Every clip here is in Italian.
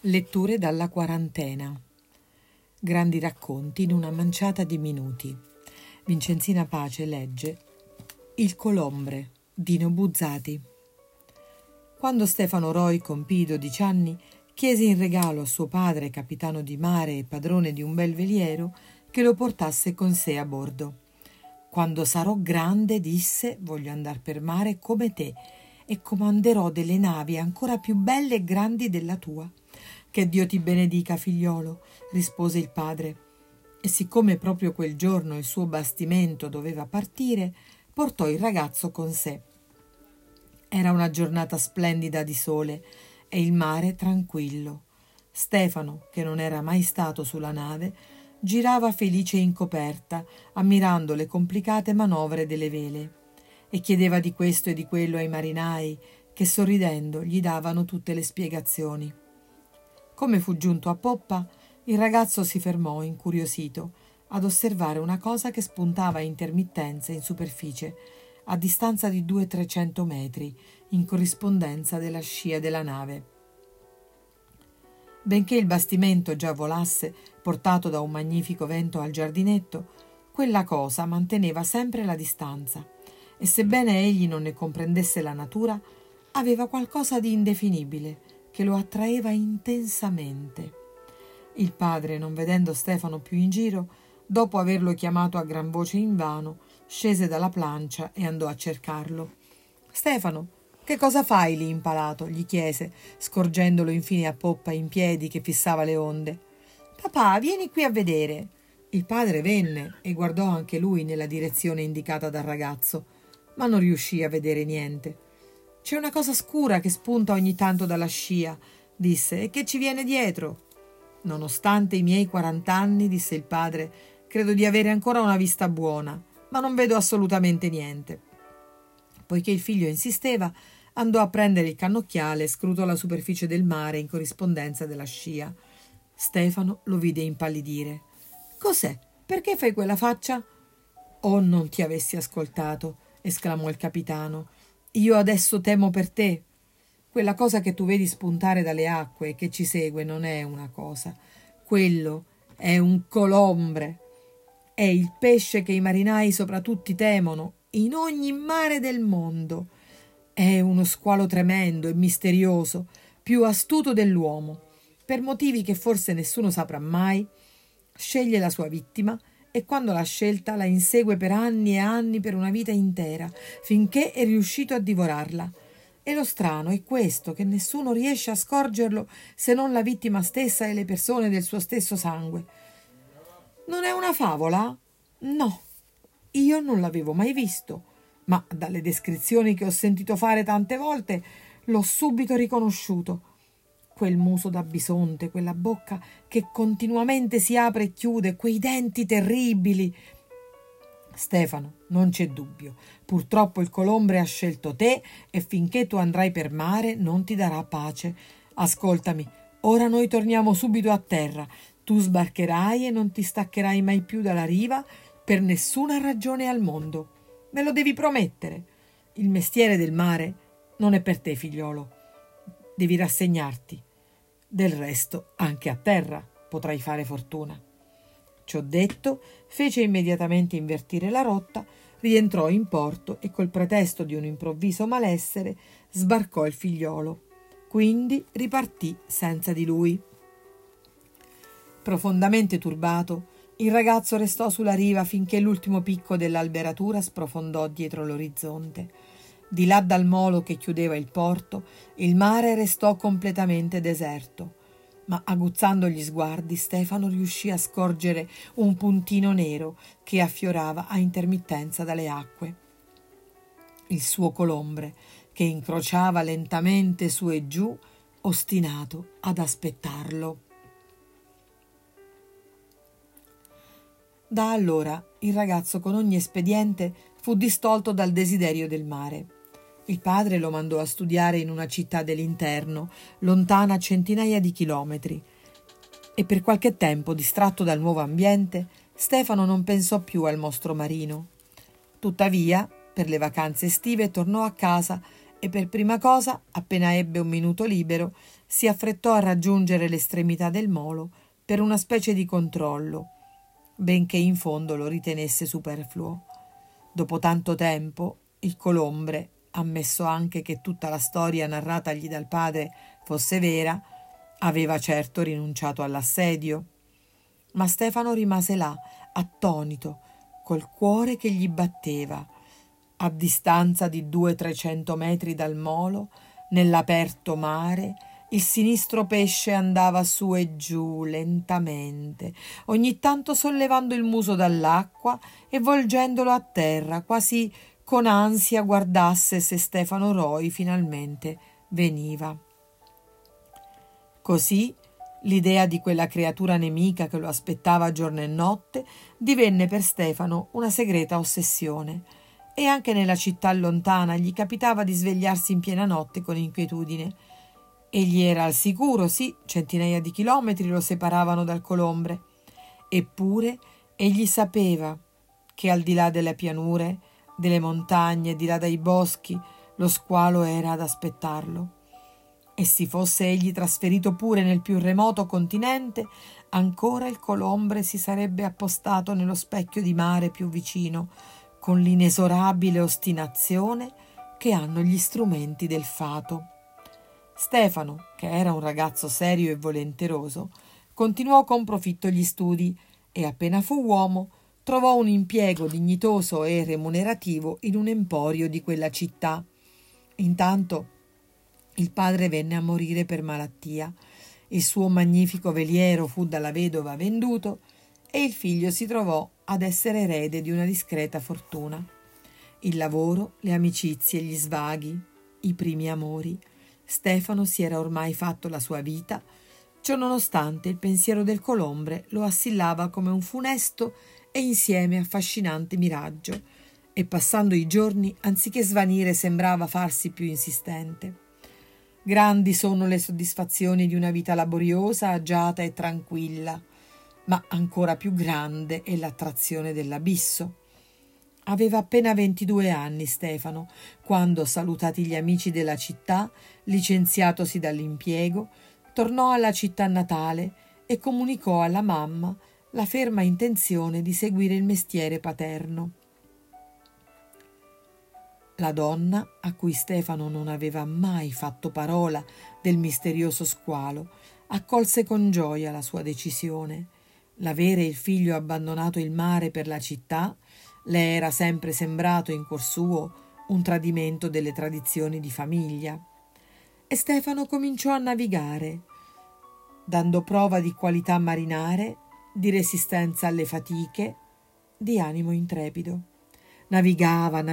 Letture dalla quarantena. Grandi racconti in una manciata di minuti. Vincenzina Pace legge Il Colombre, Dino Buzzati. Quando Stefano Roi compì 12 anni, chiese in regalo a suo padre, capitano di mare e padrone di un bel veliero, che lo portasse con sé a bordo. Quando sarò grande, disse, voglio andar per mare come te e comanderò delle navi ancora più belle e grandi della tua. Che Dio ti benedica, figliolo, rispose il padre. E siccome proprio quel giorno il suo bastimento doveva partire, portò il ragazzo con sé. Era una giornata splendida di sole e il mare tranquillo. Stefano, che non era mai stato sulla nave, girava felice in coperta, ammirando le complicate manovre delle vele, e chiedeva di questo e di quello ai marinai, che sorridendo gli davano tutte le spiegazioni. Come fu giunto a poppa, il ragazzo si fermò incuriosito ad osservare una cosa che spuntava a intermittenza in superficie, a distanza di 200-300 metri, in corrispondenza della scia della nave. Benché il bastimento già volasse, portato da un magnifico vento al giardinetto, quella cosa manteneva sempre la distanza, e sebbene egli non ne comprendesse la natura, aveva qualcosa di indefinibile che lo attraeva intensamente. Il padre, non vedendo Stefano più in giro, dopo averlo chiamato a gran voce invano, scese dalla plancia e andò a cercarlo. «Stefano, che cosa fai lì impalato?» gli chiese, scorgendolo infine a poppa in piedi che fissava le onde. «Papà, vieni qui a vedere!» Il padre venne e guardò anche lui nella direzione indicata dal ragazzo, ma non riuscì a vedere niente. «C'è una cosa scura che spunta ogni tanto dalla scia», disse, «e che ci viene dietro». «Nonostante i miei 40 anni», disse il padre, «credo di avere ancora una vista buona, ma non vedo assolutamente niente». Poiché il figlio insisteva, andò a prendere il cannocchiale e scrutò la superficie del mare in corrispondenza della scia. Stefano lo vide impallidire. «Cos'è? Perché fai quella faccia?» «Oh, non ti avessi ascoltato», esclamò il capitano. «Io adesso temo per te. Quella cosa che tu vedi spuntare dalle acque e che ci segue non è una cosa. Quello è un colombre. È il pesce che i marinai sopra tutti temono, in ogni mare del mondo. È uno squalo tremendo e misterioso, più astuto dell'uomo. Per motivi che forse nessuno saprà mai, sceglie la sua vittima e quando l'ha scelta la insegue per anni e anni, per una vita intera, finché è riuscito a divorarla. E lo strano è questo, che nessuno riesce a scorgerlo se non la vittima stessa e le persone del suo stesso sangue. Non è una favola? No, io non l'avevo mai visto, ma dalle descrizioni che ho sentito fare tante volte l'ho subito riconosciuto. Quel muso da bisonte, quella bocca che continuamente si apre e chiude, quei denti terribili. Stefano, non c'è dubbio, purtroppo il colombre ha scelto te e finché tu andrai per mare non ti darà pace. Ascoltami, ora noi torniamo subito a terra, tu sbarcherai e non ti staccherai mai più dalla riva per nessuna ragione al mondo. Me lo devi promettere. Il mestiere del mare non è per te, figliolo. Devi rassegnarti. Del resto, anche a terra potrai fare fortuna». Ciò detto, fece immediatamente invertire la rotta, rientrò in porto e col pretesto di un improvviso malessere sbarcò il figliolo. Quindi ripartì senza di lui. Profondamente turbato, il ragazzo restò sulla riva finché l'ultimo picco dell'alberatura sprofondò dietro l'orizzonte. Di là dal molo che chiudeva il porto, il mare restò completamente deserto. Ma aguzzando gli sguardi, Stefano riuscì a scorgere un puntino nero che affiorava a intermittenza dalle acque. Il suo colombre, che incrociava lentamente su e giù, ostinato ad aspettarlo. Da allora il ragazzo con ogni espediente fu distolto dal desiderio del mare. Il padre lo mandò a studiare in una città dell'interno, lontana centinaia di chilometri, e per qualche tempo, distratto dal nuovo ambiente, Stefano non pensò più al mostro marino. Tuttavia, per le vacanze estive tornò a casa e per prima cosa, appena ebbe un minuto libero, si affrettò a raggiungere l'estremità del molo per una specie di controllo, benché in fondo lo ritenesse superfluo. Dopo tanto tempo, il Colombre, ammesso anche che tutta la storia narratagli dal padre fosse vera, aveva certo rinunciato all'assedio. Ma Stefano rimase là, attonito, col cuore che gli batteva. A distanza di 200-300 metri dal molo, nell'aperto mare, il sinistro pesce andava su e giù lentamente, ogni tanto sollevando il muso dall'acqua e volgendolo a terra, quasi con ansia guardasse se Stefano Roy finalmente veniva. Così l'idea di quella creatura nemica che lo aspettava giorno e notte divenne per Stefano una segreta ossessione, e anche nella città lontana gli capitava di svegliarsi in piena notte con inquietudine. Egli era al sicuro, sì, centinaia di chilometri lo separavano dal Colombre. Eppure egli sapeva che al di là delle pianure, delle montagne, di là dai boschi, lo squalo era ad aspettarlo. E si fosse egli trasferito pure nel più remoto continente, ancora il Colombre si sarebbe appostato nello specchio di mare più vicino, con l'inesorabile ostinazione che hanno gli strumenti del fato. Stefano, che era un ragazzo serio e volenteroso, continuò con profitto gli studi e appena fu uomo trovò un impiego dignitoso e remunerativo in un emporio di quella città. Intanto il padre venne a morire per malattia, il suo magnifico veliero fu dalla vedova venduto e il figlio si trovò ad essere erede di una discreta fortuna. Il lavoro, le amicizie, gli svaghi, i primi amori. Stefano si era ormai fatto la sua vita, ciononostante il pensiero del Colombre lo assillava come un funesto e insieme affascinante miraggio, e passando i giorni, anziché svanire, sembrava farsi più insistente. Grandi sono le soddisfazioni di una vita laboriosa, agiata e tranquilla, ma ancora più grande è l'attrazione dell'abisso. Aveva appena 22 anni Stefano, quando, salutati gli amici della città, licenziatosi dall'impiego, tornò alla città natale e comunicò alla mamma la ferma intenzione di seguire il mestiere paterno. La donna, a cui Stefano non aveva mai fatto parola del misterioso squalo, accolse con gioia la sua decisione. L'avere il figlio abbandonato il mare per la città le era sempre sembrato in cuor suo un tradimento delle tradizioni di famiglia. E Stefano cominciò a navigare, dando prova di qualità marinare, di resistenza alle fatiche, di animo intrepido. Navigava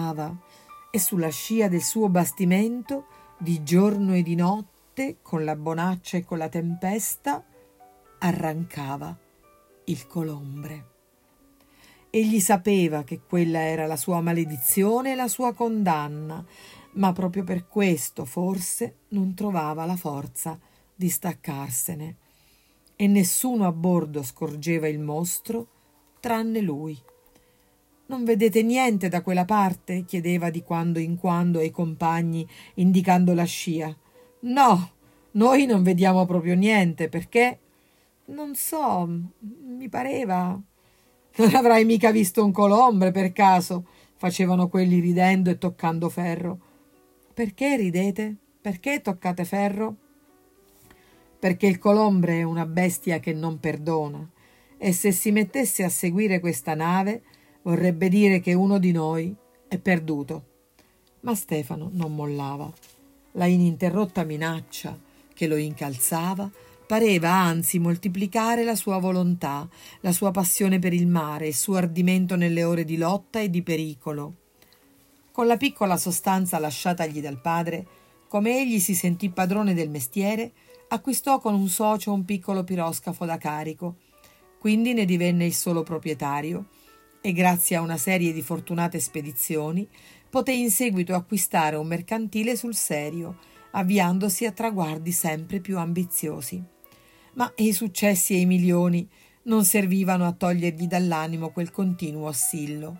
e sulla scia del suo bastimento, di giorno e di notte, con la bonaccia e con la tempesta, arrancava il Colombre. Egli sapeva che quella era la sua maledizione e la sua condanna, ma proprio per questo forse non trovava la forza di staccarsene. E nessuno a bordo scorgeva il mostro tranne lui. «Non vedete niente da quella parte?» chiedeva di quando in quando ai compagni, indicando la scia. «No, noi non vediamo proprio niente, perché?» «Non so, mi pareva...» «Non avrai mica visto un Colombre, per caso?» facevano quelli ridendo e toccando ferro. «Perché ridete? Perché toccate ferro?» «Perché il Colombre è una bestia che non perdona, e se si mettesse a seguire questa nave vorrebbe dire che uno di noi è perduto». Ma Stefano non mollava. La ininterrotta minaccia che lo incalzava pareva anzi moltiplicare la sua volontà, la sua passione per il mare, il suo ardimento nelle ore di lotta e di pericolo. Con la piccola sostanza lasciatagli dal padre, come egli si sentì padrone del mestiere, acquistò con un socio un piccolo piroscafo da carico, quindi ne divenne il solo proprietario e grazie a una serie di fortunate spedizioni poté in seguito acquistare un mercantile sul serio, avviandosi a traguardi sempre più ambiziosi. Ma i successi e i milioni non servivano a togliergli dall'animo quel continuo assillo.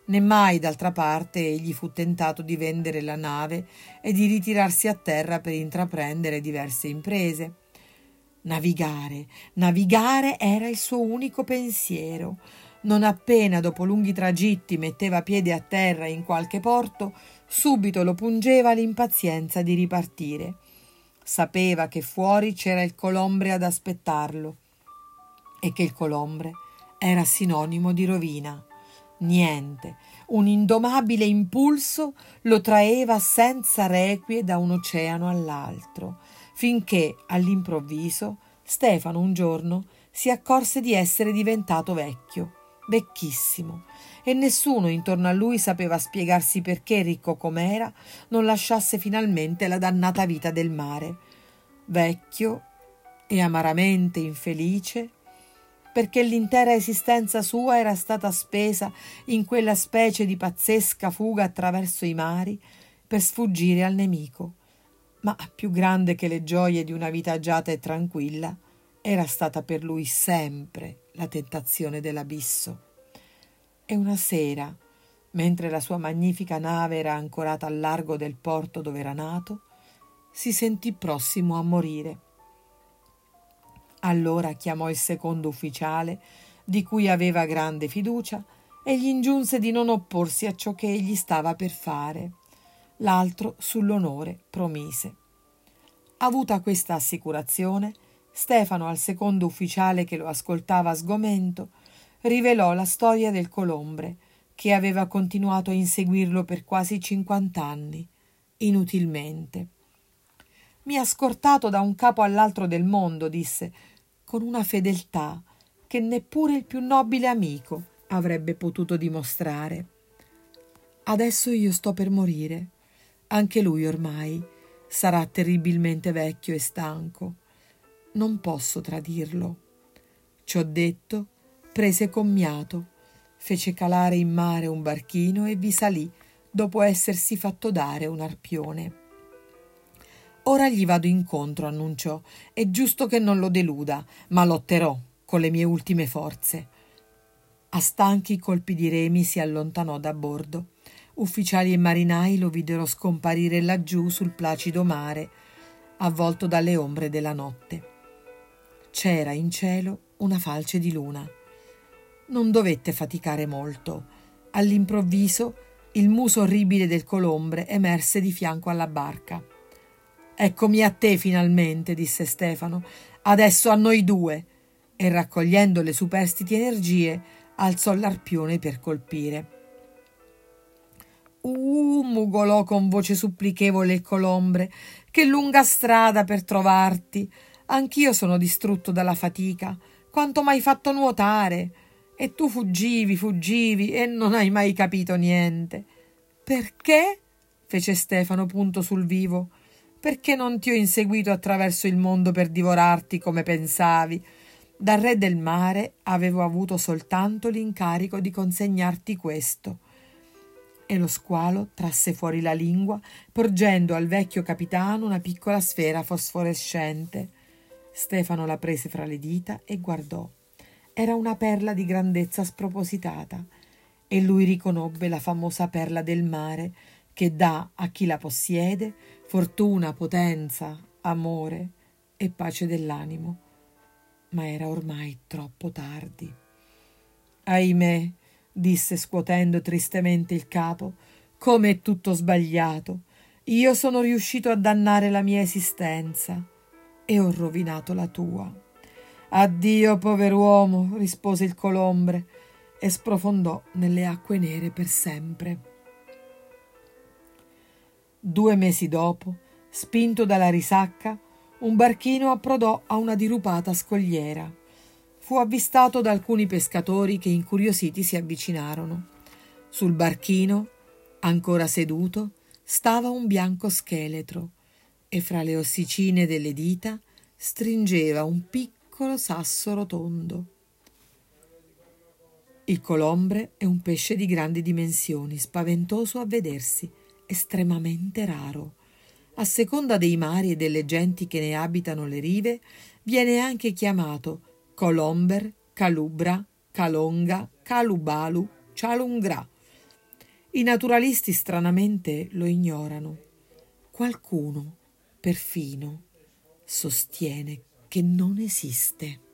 né mai, d'altra parte, egli fu tentato di vendere la nave e di ritirarsi a terra per intraprendere diverse imprese. Navigare, navigare era il suo unico pensiero. Non appena dopo lunghi tragitti metteva piede a terra in qualche porto, subito lo pungeva l'impazienza di ripartire. Sapeva che fuori c'era il Colombre ad aspettarlo e che il Colombre era sinonimo di rovina. Niente, un indomabile impulso lo traeva senza requie da un oceano all'altro, finché all'improvviso Stefano un giorno si accorse di essere diventato vecchio, vecchissimo, e nessuno intorno a lui sapeva spiegarsi perché, ricco com'era, non lasciasse finalmente la dannata vita del mare. Vecchio e amaramente infelice, perché l'intera esistenza sua era stata spesa in quella specie di pazzesca fuga attraverso i mari per sfuggire al nemico. Ma più grande che le gioie di una vita agiata e tranquilla era stata per lui sempre la tentazione dell'abisso. E una sera, mentre la sua magnifica nave era ancorata al largo del porto dove era nato, si sentì prossimo a morire. Allora chiamò il secondo ufficiale, di cui aveva grande fiducia, e gli ingiunse di non opporsi a ciò che egli stava per fare. L'altro sull'onore promise. Avuta questa assicurazione, Stefano al secondo ufficiale che lo ascoltava sgomento rivelò la storia del Colombre, che aveva continuato a inseguirlo per quasi 50 anni, inutilmente. «Mi ha scortato da un capo all'altro del mondo», disse, con una fedeltà che neppure il più nobile amico avrebbe potuto dimostrare. «Adesso io sto per morire. Anche lui ormai sarà terribilmente vecchio e stanco. Non posso tradirlo». Ciò detto, prese commiato, fece calare in mare un barchino e vi salì dopo essersi fatto dare un arpione. «Ora gli vado incontro», annunciò. «È giusto che non lo deluda, ma lotterò con le mie ultime forze». A stanchi colpi di remi si allontanò da bordo. Ufficiali e marinai lo videro scomparire laggiù sul placido mare, avvolto dalle ombre della notte. C'era in cielo una falce di luna. Non dovette faticare molto. All'improvviso il muso orribile del Colombre emerse di fianco alla barca. «Eccomi a te finalmente», disse Stefano. «Adesso a noi due», e raccogliendo le superstiti energie alzò l'arpione per colpire. Mugolò con voce supplichevole il Colombre, «che lunga strada per trovarti. Anch'io sono distrutto dalla fatica. Quanto m'hai fatto nuotare! E tu fuggivi e non hai mai capito niente». «Perché?» fece Stefano punto sul vivo. «Perché non ti ho inseguito attraverso il mondo per divorarti come pensavi. Dal re del mare avevo avuto soltanto l'incarico di consegnarti questo». E lo squalo trasse fuori la lingua, porgendo al vecchio capitano una piccola sfera fosforescente. Stefano la prese fra le dita e guardò. Era una perla di grandezza spropositata, e lui riconobbe la famosa perla del mare che dà a chi la possiede fortuna, potenza, amore e pace dell'animo. Ma era ormai troppo tardi. «Ahimè», disse scuotendo tristemente il capo, «come è tutto sbagliato. Io sono riuscito a dannare la mia esistenza e ho rovinato la tua». «Addio, pover'uomo», rispose il Colombre e sprofondò nelle acque nere per sempre. 2 mesi dopo, spinto dalla risacca, un barchino approdò a una dirupata scogliera. Fu avvistato da alcuni pescatori che incuriositi si avvicinarono. Sul barchino, ancora seduto, stava un bianco scheletro e fra le ossicine delle dita stringeva un piccolo sasso rotondo. Il Colombre è un pesce di grandi dimensioni, spaventoso a vedersi, estremamente raro. A seconda dei mari e delle genti che ne abitano le rive, viene anche chiamato Colomber, Calubra, Calonga, Calubalu, Cialungra. I naturalisti stranamente lo ignorano. Qualcuno, perfino, sostiene che non esiste.